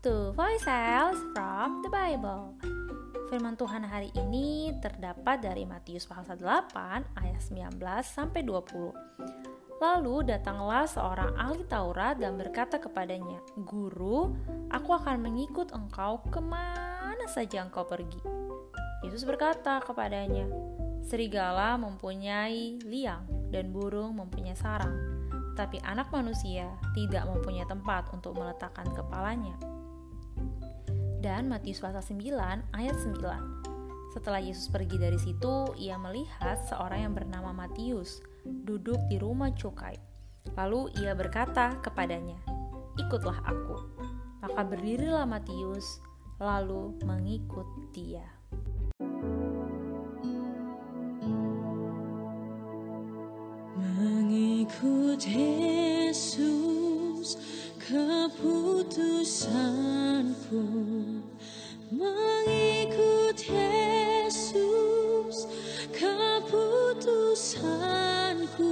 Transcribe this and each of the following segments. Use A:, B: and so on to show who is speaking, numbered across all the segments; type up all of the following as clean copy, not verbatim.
A: to Voices from the Bible. Firman Tuhan hari ini terdapat dari Matius pasal 8 ayat 19 sampai 20. Lalu datanglah seorang ahli Taurat dan berkata kepadanya, "Guru, aku akan mengikut engkau kemana saja engkau pergi." Yesus berkata kepadanya, "Serigala mempunyai liang dan burung mempunyai sarang, tapi anak manusia tidak mempunyai tempat untuk meletakkan kepalanya." Dan Matius pasal 9 ayat 9. Setelah Yesus pergi dari situ, ia melihat seorang yang bernama Matius duduk di rumah cukai. Lalu ia berkata kepadanya, "Ikutlah aku." Maka berdirilah Matius lalu mengikut dia.
B: Mengikut Yesus keputusanku, mengikut Yesus keputusanku,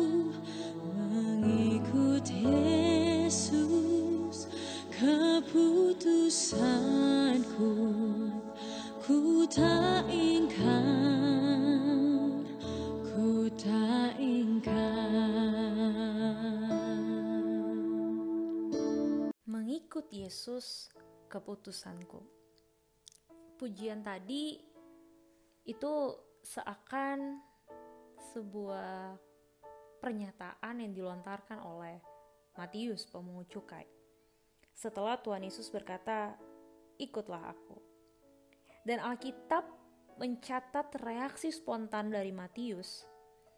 B: mengikut Yesus keputusanku, ku tak ingkar, ku tak ingkar.
A: Mengikut Yesus keputusanku. Pujian tadi itu seakan sebuah pernyataan yang dilontarkan oleh Matius pemungut cukai. Setelah Tuhan Yesus berkata, "Ikutlah aku." Dan Alkitab mencatat reaksi spontan dari Matius.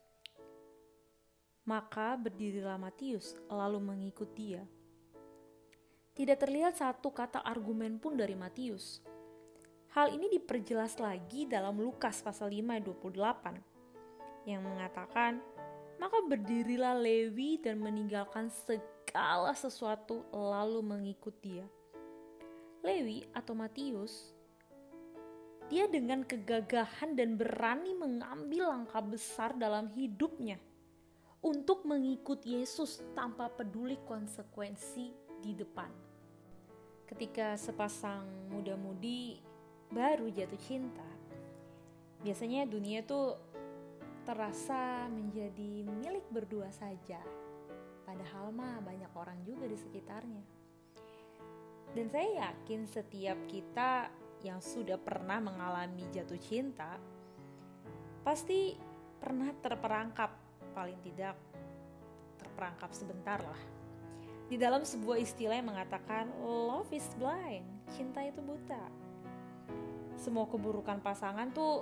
A: Maka berdirilah Matius lalu mengikut dia. Tidak terlihat satu kata argumen pun dari Matius. Hal ini diperjelas lagi dalam Lukas pasal 5 ayat 28 yang mengatakan, "Maka berdirilah Lewi dan meninggalkan segala sesuatu lalu mengikut dia." Lewi atau Matius, dia dengan kegagahan dan berani mengambil langkah besar dalam hidupnya untuk mengikut Yesus tanpa peduli konsekuensi di depan. Ketika sepasang muda-mudi baru jatuh cinta, biasanya dunia tuh terasa menjadi milik berdua saja. Padahal mah banyak orang juga di sekitarnya. Dan saya yakin setiap kita yang sudah pernah mengalami jatuh cinta pasti pernah terperangkap, paling tidak terperangkap sebentar lah. Di dalam sebuah istilah yang mengatakan love is blind, cinta itu buta. Semua keburukan pasangan tuh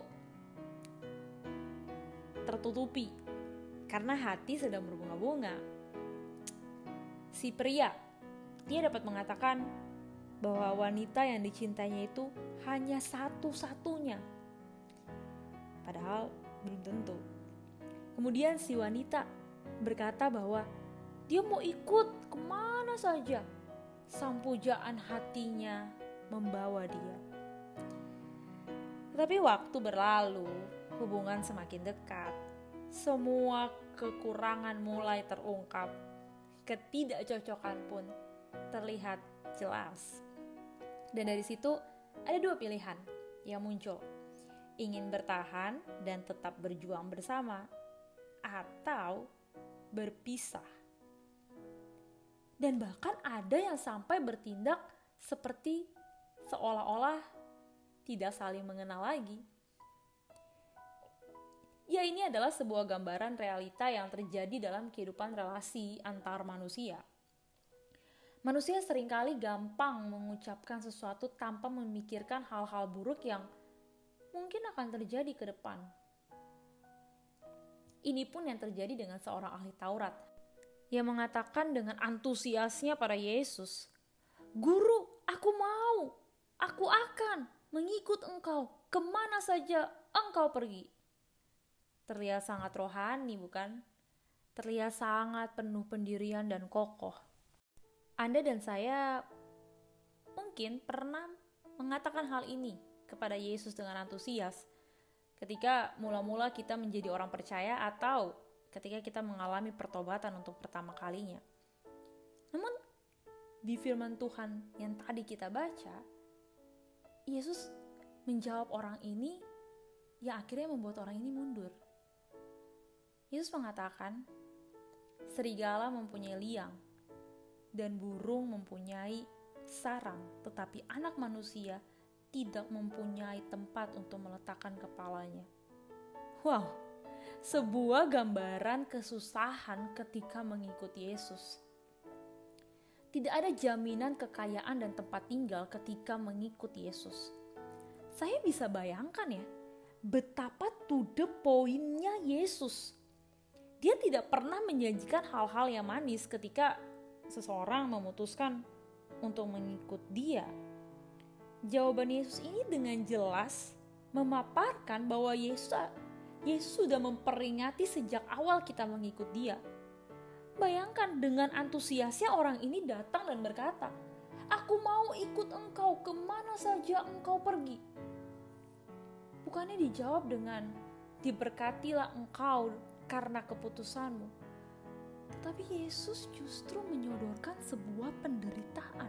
A: tertutupi karena hati sedang berbunga-bunga. Si pria, dia dapat mengatakan bahwa wanita yang dicintainya itu hanya satu-satunya. Padahal belum tentu. Kemudian si wanita berkata bahwa dia mau ikut kemana saja. Sang pujaan hatinya membawa dia. Tetapi waktu berlalu, hubungan semakin dekat. Semua kekurangan mulai terungkap. Ketidakcocokan pun terlihat jelas. Dan dari situ ada dua pilihan yang muncul. Ingin bertahan dan tetap berjuang bersama, atau berpisah. Dan bahkan ada yang sampai bertindak seperti seolah-olah tidak saling mengenal lagi. Ya, ini adalah sebuah gambaran realita yang terjadi dalam kehidupan relasi antar manusia. Manusia seringkali gampang mengucapkan sesuatu tanpa memikirkan hal-hal buruk yang mungkin akan terjadi ke depan. Ini pun yang terjadi dengan seorang ahli Taurat yang mengatakan dengan antusiasnya pada Yesus, "Guru, aku mau, aku akan mengikut engkau kemana saja engkau pergi." Terlihat sangat rohani, bukan? Terlihat sangat penuh pendirian dan kokoh. Anda dan saya mungkin pernah mengatakan hal ini kepada Yesus dengan antusias ketika mula-mula kita menjadi orang percaya atau ketika kita mengalami pertobatan untuk pertama kalinya. Namun di firman Tuhan yang tadi kita baca, Yesus menjawab orang ini yang akhirnya membuat orang ini mundur. Yesus mengatakan, serigala mempunyai liang dan burung mempunyai sarang, tetapi anak manusia tidak mempunyai tempat untuk meletakkan kepalanya. Wow, sebuah gambaran kesusahan ketika mengikuti Yesus. Tidak ada jaminan kekayaan dan tempat tinggal ketika mengikuti Yesus. Saya bisa bayangkan ya, betapa to the point-nya Yesus. Dia tidak pernah menjanjikan hal-hal yang manis ketika seseorang memutuskan untuk mengikut dia. Jawaban Yesus ini dengan jelas memaparkan bahwa Yesus sudah memperingati sejak awal kita mengikut dia. Bayangkan dengan antusiasnya orang ini datang dan berkata, "Aku mau ikut engkau kemana saja engkau pergi." Bukannya dijawab dengan, "Diberkatilah engkau karena keputusanmu." Tetapi Yesus justru menyodorkan sebuah penderitaan.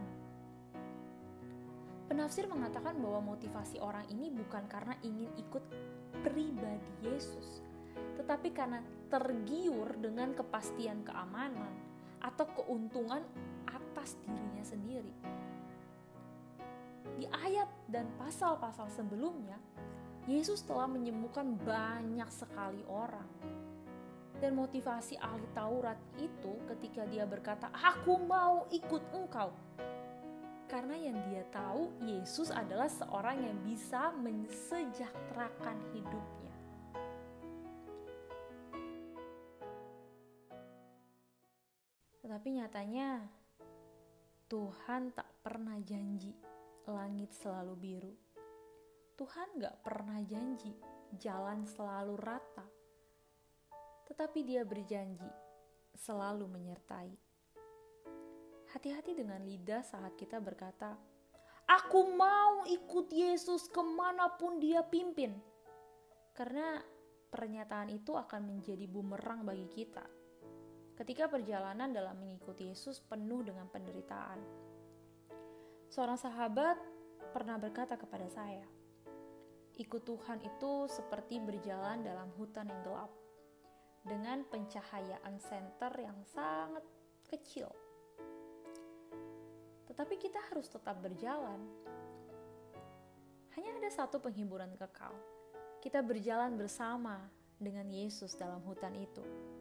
A: Penafsir mengatakan bahwa motivasi orang ini bukan karena ingin ikut pribadi Yesus, tetapi karena tergiur dengan kepastian keamanan atau keuntungan atas dirinya sendiri. Di ayat dan pasal-pasal sebelumnya, Yesus telah menyembuhkan banyak sekali orang. Dan motivasi ahli Taurat itu ketika dia berkata, "Aku mau ikut engkau." Karena yang dia tahu, Yesus adalah seorang yang bisa mensejahterakan hidupnya. Tetapi nyatanya, Tuhan tak pernah janji langit selalu biru. Tuhan gak pernah janji jalan selalu rata. Tetapi dia berjanji selalu menyertai. Hati-hati dengan lidah saat kita berkata, "Aku mau ikut Yesus kemanapun dia pimpin." Karena pernyataan itu akan menjadi bumerang bagi kita ketika perjalanan dalam mengikuti Yesus penuh dengan penderitaan. Seorang sahabat pernah berkata kepada saya, ikut Tuhan itu seperti berjalan dalam hutan yang gelap dengan pencahayaan senter yang sangat kecil. Tetapi kita harus tetap berjalan. Hanya ada satu penghiburan kekal. Kita berjalan bersama dengan Yesus dalam hutan itu.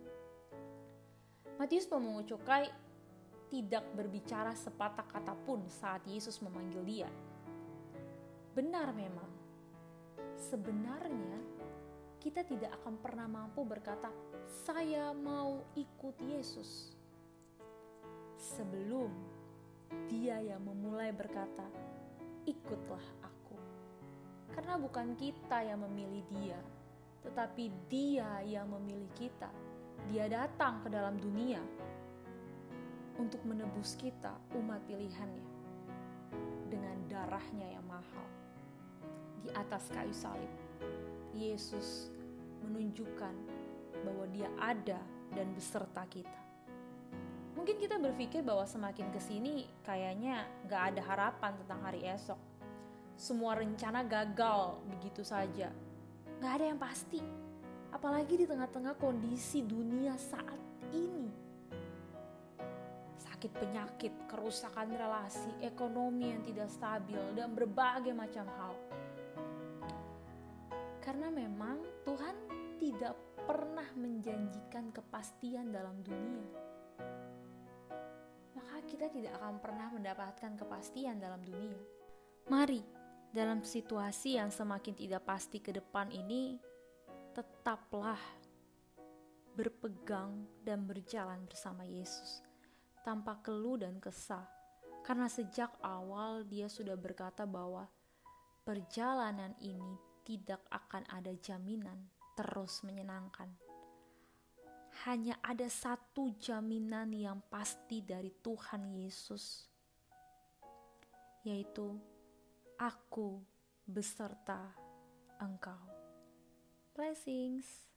A: Matius pemungut cukai tidak berbicara sepatah kata pun saat Yesus memanggil dia. Benar memang, sebenarnya kita tidak akan pernah mampu berkata, "Saya mau ikut Yesus," sebelum Dia yang memulai berkata, "Ikutlah aku." Karena bukan kita yang memilih Dia, tetapi Dia yang memilih kita. Dia datang ke dalam dunia untuk menebus kita, umat pilihannya, dengan darahnya yang mahal. Di atas kayu salib, Yesus menunjukkan bahwa Dia ada dan beserta kita. Mungkin kita berpikir bahwa semakin kesini kayaknya gak ada harapan tentang hari esok. Semua rencana gagal begitu saja. Gak ada yang pasti. Apalagi di tengah-tengah kondisi dunia saat ini. Sakit penyakit, kerusakan relasi, ekonomi yang tidak stabil, dan berbagai macam hal. Karena memang Tuhan tidak pernah menjanjikan kepastian dalam dunia. Maka kita tidak akan pernah mendapatkan kepastian dalam dunia. Mari, dalam situasi yang semakin tidak pasti ke depan ini, tetaplah berpegang dan berjalan bersama Yesus tanpa keluh dan kesah. Karena sejak awal Dia sudah berkata bahwa perjalanan ini tidak akan ada jaminan terus menyenangkan. Hanya ada satu jaminan yang pasti dari Tuhan Yesus, yaitu aku beserta engkau. Blessings.